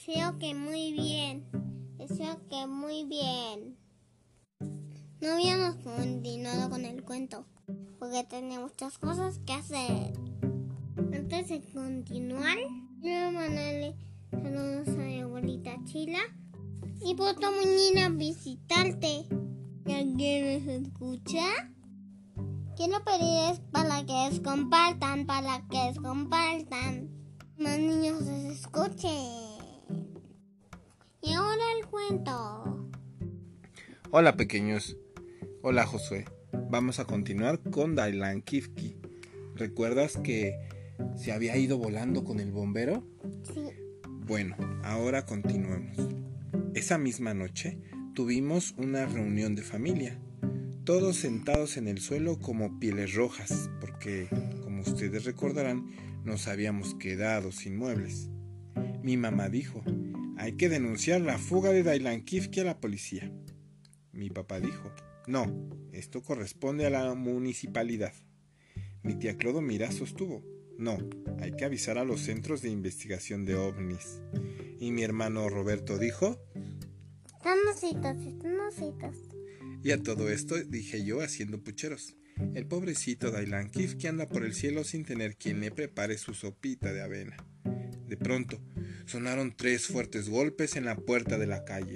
Deseo que muy bien. No habíamos continuado con el cuento, porque tenía muchas cosas que hacer. Antes de continuar, quiero mandarle saludos a mi abuelita Chila y puedo venir a visitarte. ¿Ya quieres escuchar? Quiero pedirles para que compartan. Más niños les escuchen. Y ahora el cuento. Hola pequeños, hola Josué. Vamos a continuar con Dailan Kifki. ¿Recuerdas que se había ido volando con el bombero? Sí. Bueno, ahora continuemos. Esa misma noche tuvimos una reunión de familia. Todos sentados en el suelo como pieles rojas, porque, como ustedes recordarán, nos habíamos quedado sin muebles. Mi mamá dijo, hay que denunciar la fuga de Dailan Kifki a la policía. Mi papá dijo, no, esto corresponde a la municipalidad. Mi tía Clodomira sostuvo, no, hay que avisar a los centros de investigación de ovnis. Y mi hermano Roberto dijo, Están ositos. y a todo esto dije yo haciendo pucheros. El pobrecito Dailan Kifki anda por el cielo sin tener quien le prepare su sopita de avena. De pronto, sonaron 3 fuertes golpes en la puerta de la calle.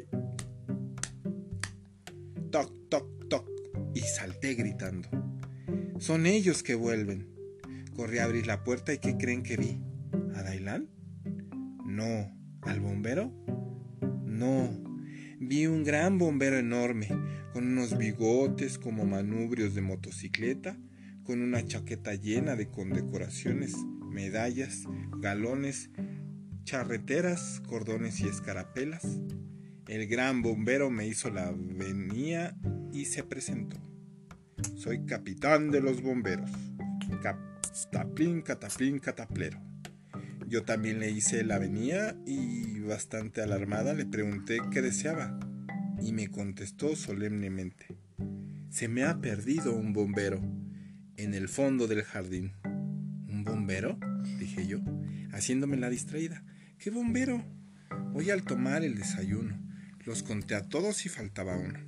Toc, toc, toc, y salté gritando. Son ellos que vuelven. Corrí a abrir la puerta y ¿qué creen que vi? ¿A Dailan? No. ¿Al bombero? No. Vi un gran bombero enorme, con unos bigotes como manubrios de motocicleta, con una chaqueta llena de condecoraciones, medallas, galones, charreteras, cordones y escarapelas. El gran bombero me hizo la venia y se presentó. Soy capitán de los bomberos. Cataplín, cataplín, cataplero. Yo también le hice la venia y, bastante alarmada, le pregunté qué deseaba. Y me contestó solemnemente. Se me ha perdido un bombero en el fondo del jardín. ¿Un bombero?, dije yo, haciéndome la distraída. ¿Qué bombero? Hoy al tomar el desayuno los conté a todos y faltaba uno.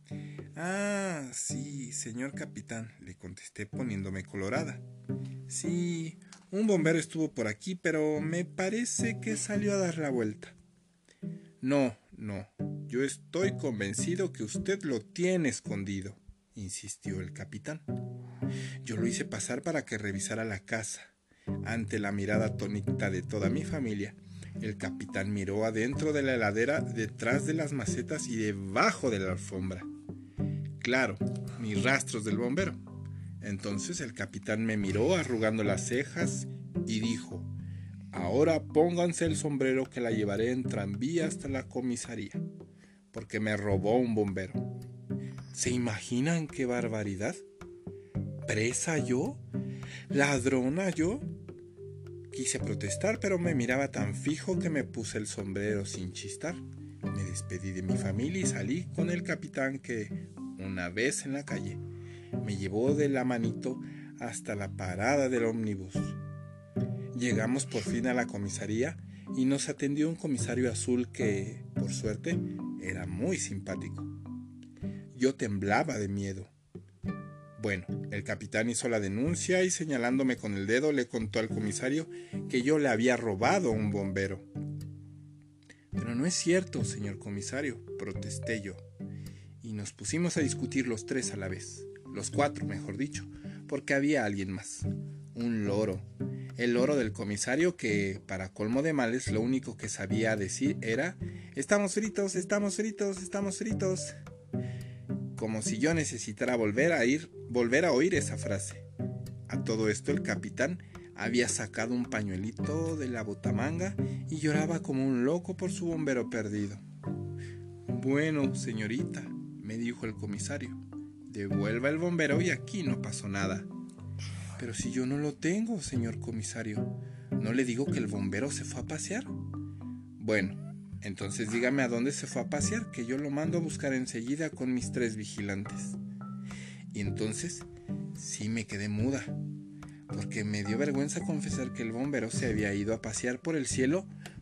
Ah, sí, señor capitán, le contesté poniéndome colorada. Sí, un bombero estuvo por aquí, pero me parece que salió a dar la vuelta. No, yo estoy convencido que usted lo tiene escondido, insistió el capitán. Yo lo hice pasar para que revisara la casa. Ante la mirada atónita de toda mi familia, el capitán miró adentro de la heladera, detrás de las macetas y debajo de la alfombra. Claro, ni rastros del bombero. Entonces el capitán me miró arrugando las cejas y dijo, ahora pónganse el sombrero que la llevaré en tranvía hasta la comisaría, porque me robó un bombero. ¿Se imaginan qué barbaridad? ¿Presa yo? ¿Ladrona yo? Quise protestar, pero me miraba tan fijo que me puse el sombrero sin chistar. Me despedí de mi familia y salí con el capitán que, una vez en la calle, me llevó de la manito hasta la parada del ómnibus. Llegamos por fin a la comisaría y nos atendió un comisario azul que, por suerte, era muy simpático. Yo temblaba de miedo. Bueno, el capitán hizo la denuncia y señalándome con el dedo le contó al comisario que yo le había robado un bombero. Pero no es cierto, señor comisario, protesté yo. Y nos pusimos a discutir los 3 a la vez, los 4 mejor dicho, porque había alguien más, un loro. El loro del comisario que, para colmo de males, lo único que sabía decir era «Estamos fritos, estamos fritos, estamos fritos». Como si yo necesitara volver a oír esa frase. A todo esto el capitán había sacado un pañuelito de la botamanga y lloraba como un loco por su bombero perdido. Bueno, señorita, me dijo el comisario, devuelva el bombero y aquí no pasó nada. Pero si yo no lo tengo, señor comisario, ¿no le digo que el bombero se fue a pasear? Bueno, entonces dígame a dónde se fue a pasear, que yo lo mando a buscar enseguida con mis 3 vigilantes. Y entonces sí me quedé muda, porque me dio vergüenza confesar que el bombero se había ido a pasear por el cielo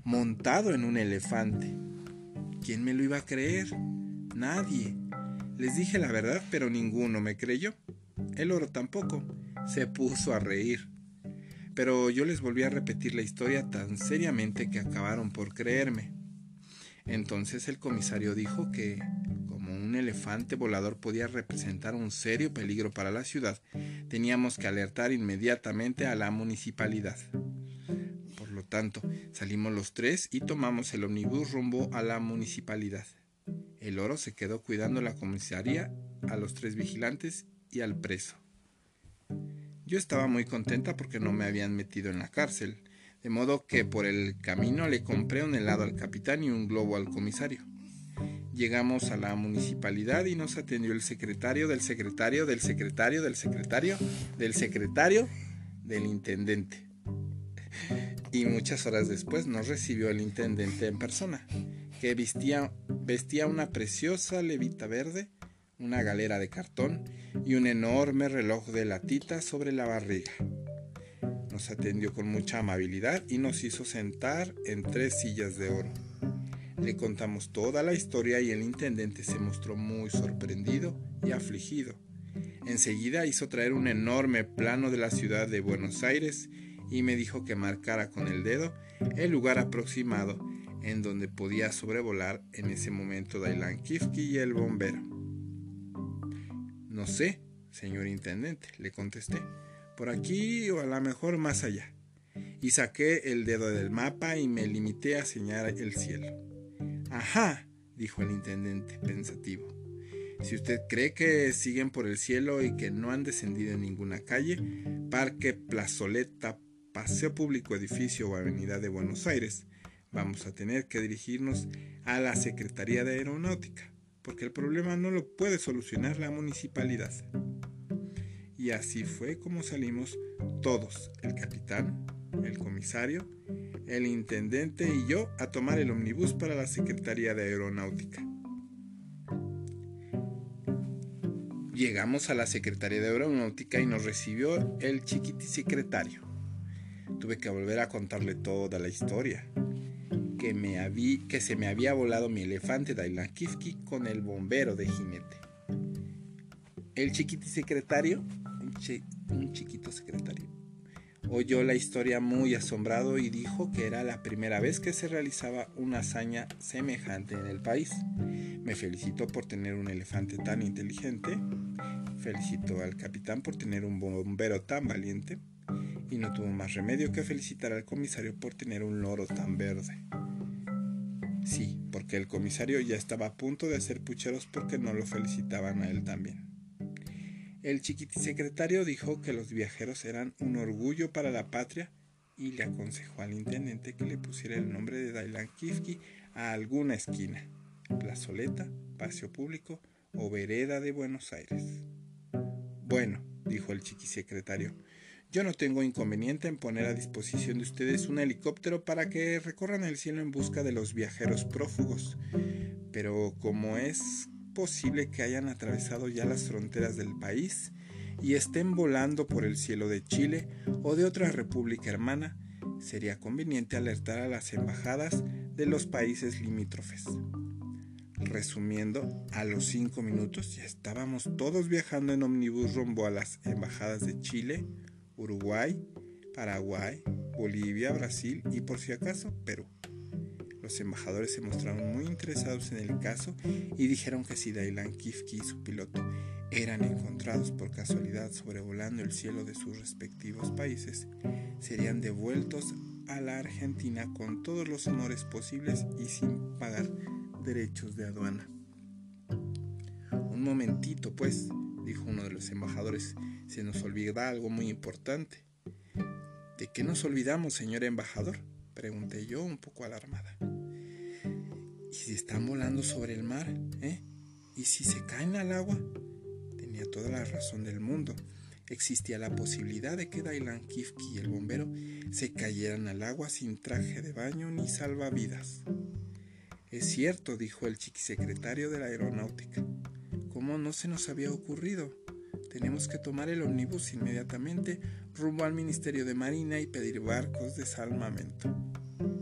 montado en un elefante. ¿Quién me lo iba a creer? Nadie. Les dije la verdad, pero ninguno me creyó. El oro tampoco. Se puso a reír. Pero yo les volví a repetir la historia tan seriamente que acabaron por creerme. Entonces el comisario dijo que, como un elefante volador podía representar un serio peligro para la ciudad, teníamos que alertar inmediatamente a la municipalidad. Por lo tanto, salimos los tres y tomamos el ómnibus rumbo a la municipalidad. El oro se quedó cuidando la comisaría, a los 3 vigilantes y al preso. Yo estaba muy contenta porque no me habían metido en la cárcel, de modo que por el camino le compré un helado al capitán y un globo al comisario. Llegamos a la municipalidad y nos atendió el secretario del secretario del secretario del secretario del secretario del intendente. Y muchas horas después nos recibió el intendente en persona, que vestía una preciosa levita verde, una galera de cartón y un enorme reloj de latita sobre la barriga. Nos atendió con mucha amabilidad y nos hizo sentar en 3 sillas de oro. Le contamos toda la historia y el intendente se mostró muy sorprendido y afligido. Enseguida hizo traer un enorme plano de la ciudad de Buenos Aires y me dijo que marcara con el dedo el lugar aproximado en donde podía sobrevolar en ese momento Dailan Kifki y el bombero. No sé, señor intendente, le contesté, por aquí o a lo mejor más allá. Y saqué el dedo del mapa y me limité a señalar el cielo. Ajá, dijo el intendente, pensativo. Si usted cree que siguen por el cielo y que no han descendido en ninguna calle, parque, plazoleta, paseo público, edificio o avenida de Buenos Aires, vamos a tener que dirigirnos a la Secretaría de Aeronáutica, porque el problema no lo puede solucionar la municipalidad. Y así fue como salimos todos, el capitán, el comisario, el intendente y yo, a tomar el ómnibus para la Secretaría de Aeronáutica. Llegamos a la Secretaría de Aeronáutica y nos recibió el chiquitisecretario. Tuve que volver a contarle toda la historia, que se me había volado mi elefante Dailan Kifki con el bombero de jinete. El chiquitisecretario, un chiquito secretario, oyó la historia muy asombrado y dijo que era la primera vez que se realizaba una hazaña semejante en el país. Me felicitó por tener un elefante tan inteligente, felicitó al capitán por tener un bombero tan valiente y no tuvo más remedio que felicitar al comisario por tener un loro tan verde. Sí, porque el comisario ya estaba a punto de hacer pucheros porque no lo felicitaban a él también. El chiquitisecretario dijo que los viajeros eran un orgullo para la patria y le aconsejó al intendente que le pusiera el nombre de Dailan Kifki a alguna esquina, plazoleta, paseo público o vereda de Buenos Aires. Bueno, dijo el chiquisecretario, yo no tengo inconveniente en poner a disposición de ustedes un helicóptero para que recorran el cielo en busca de los viajeros prófugos, pero como es posible que hayan atravesado ya las fronteras del país y estén volando por el cielo de Chile o de otra república hermana, sería conveniente alertar a las embajadas de los países limítrofes. Resumiendo, a los 5 minutos ya estábamos todos viajando en ómnibus rumbo a las embajadas de Chile, Uruguay, Paraguay, Bolivia, Brasil y por si acaso Perú. Los embajadores se mostraron muy interesados en el caso y dijeron que si Dailan Kifki y su piloto eran encontrados por casualidad sobrevolando el cielo de sus respectivos países, serían devueltos a la Argentina con todos los honores posibles y sin pagar derechos de aduana. Un momentito, pues, dijo uno de los embajadores, se nos olvida algo muy importante. ¿De qué nos olvidamos, señor embajador?, pregunté yo un poco alarmada. ¿Y si están volando sobre el mar? ¿Y si se caen al agua? Tenía toda la razón del mundo. Existía la posibilidad de que Dailan Kifki y el bombero se cayeran al agua sin traje de baño ni salvavidas. Es cierto, dijo el chiquisecretario de la aeronáutica. ¿Cómo no se nos había ocurrido? Tenemos que tomar el ómnibus inmediatamente rumbo al Ministerio de Marina y pedir barcos de salvamento.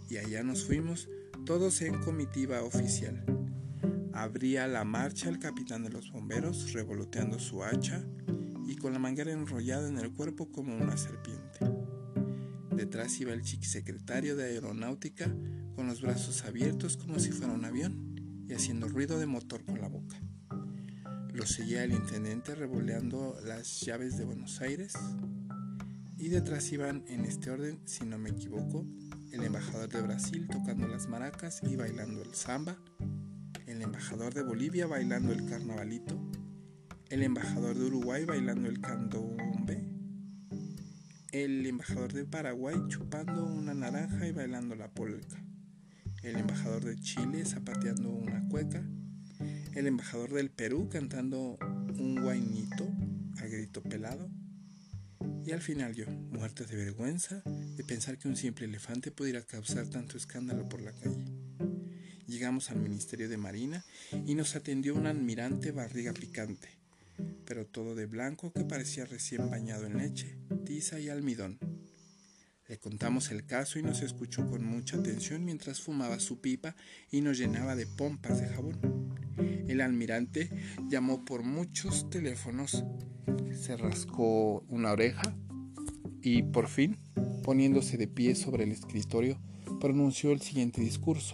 y allá nos fuimos, todos en comitiva oficial. Abría la marcha el capitán de los bomberos, revoloteando su hacha y con la manguera enrollada en el cuerpo como una serpiente. Detrás iba el chiquisecretario de aeronáutica con los brazos abiertos como si fuera un avión y haciendo ruido de motor con la boca. Lo seguía el intendente revoleando las llaves de Buenos Aires y detrás iban, en este orden, si no me equivoco, el embajador de Brasil tocando las maracas y bailando el samba, el embajador de Bolivia bailando el carnavalito, el embajador de Uruguay bailando el candombe, el embajador de Paraguay chupando una naranja y bailando la polka, el embajador de Chile zapateando una cueca, el embajador del Perú cantando un guainito a grito pelado, y al final yo, muerta de vergüenza de pensar que un simple elefante pudiera causar tanto escándalo por la calle. Llegamos al Ministerio de Marina y nos atendió un almirante barriga picante, pero todo de blanco que parecía recién bañado en leche, tiza y almidón. Le contamos el caso y nos escuchó con mucha atención mientras fumaba su pipa y nos llenaba de pompas de jabón. El almirante llamó por muchos teléfonos, se rascó una oreja y por fin, poniéndose de pie sobre el escritorio, pronunció el siguiente discurso.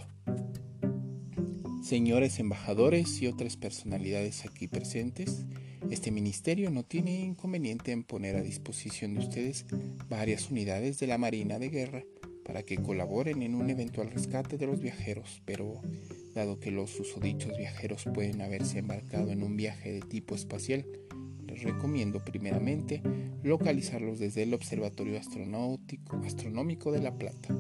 Señores embajadores y otras personalidades aquí presentes, este ministerio no tiene inconveniente en poner a disposición de ustedes varias unidades de la Marina de Guerra para que colaboren en un eventual rescate de los viajeros, pero dado que los susodichos viajeros pueden haberse embarcado en un viaje de tipo espacial, les recomiendo primeramente localizarlos desde el Observatorio Astronómico de La Plata.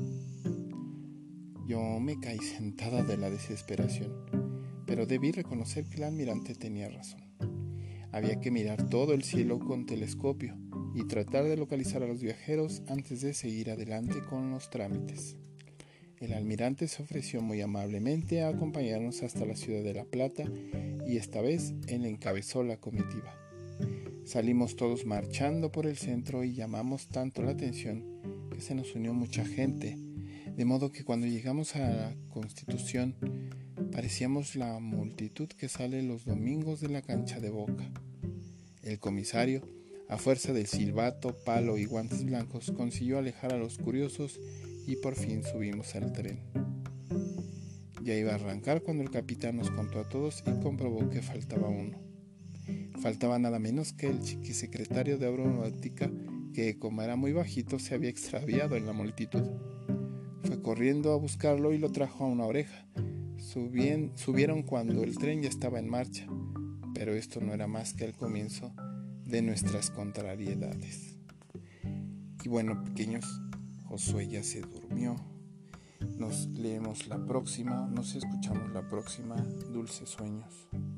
Yo me caí sentada de la desesperación, pero debí reconocer que el almirante tenía razón. Había que mirar todo el cielo con telescopio y tratar de localizar a los viajeros antes de seguir adelante con los trámites. El almirante se ofreció muy amablemente a acompañarnos hasta la ciudad de La Plata y esta vez él encabezó la comitiva. Salimos todos marchando por el centro y llamamos tanto la atención que se nos unió mucha gente, de modo que cuando llegamos a la Constitución parecíamos la multitud que sale los domingos de la cancha de Boca. El comisario, a fuerza de silbato, palo y guantes blancos, consiguió alejar a los curiosos y por fin subimos al tren. Ya iba a arrancar cuando el capitán nos contó a todos y comprobó que faltaba uno. Faltaba nada menos que el chiquisecretario de aeronáutica que, como era muy bajito, se había extraviado en la multitud. Fue corriendo a buscarlo y lo trajo a una oreja. Subieron cuando el tren ya estaba en marcha, pero esto no era más que el comienzo de nuestras contrariedades. Y bueno, pequeños, Josué ya se durmió. Nos leemos la próxima, nos escuchamos la próxima. Dulces sueños.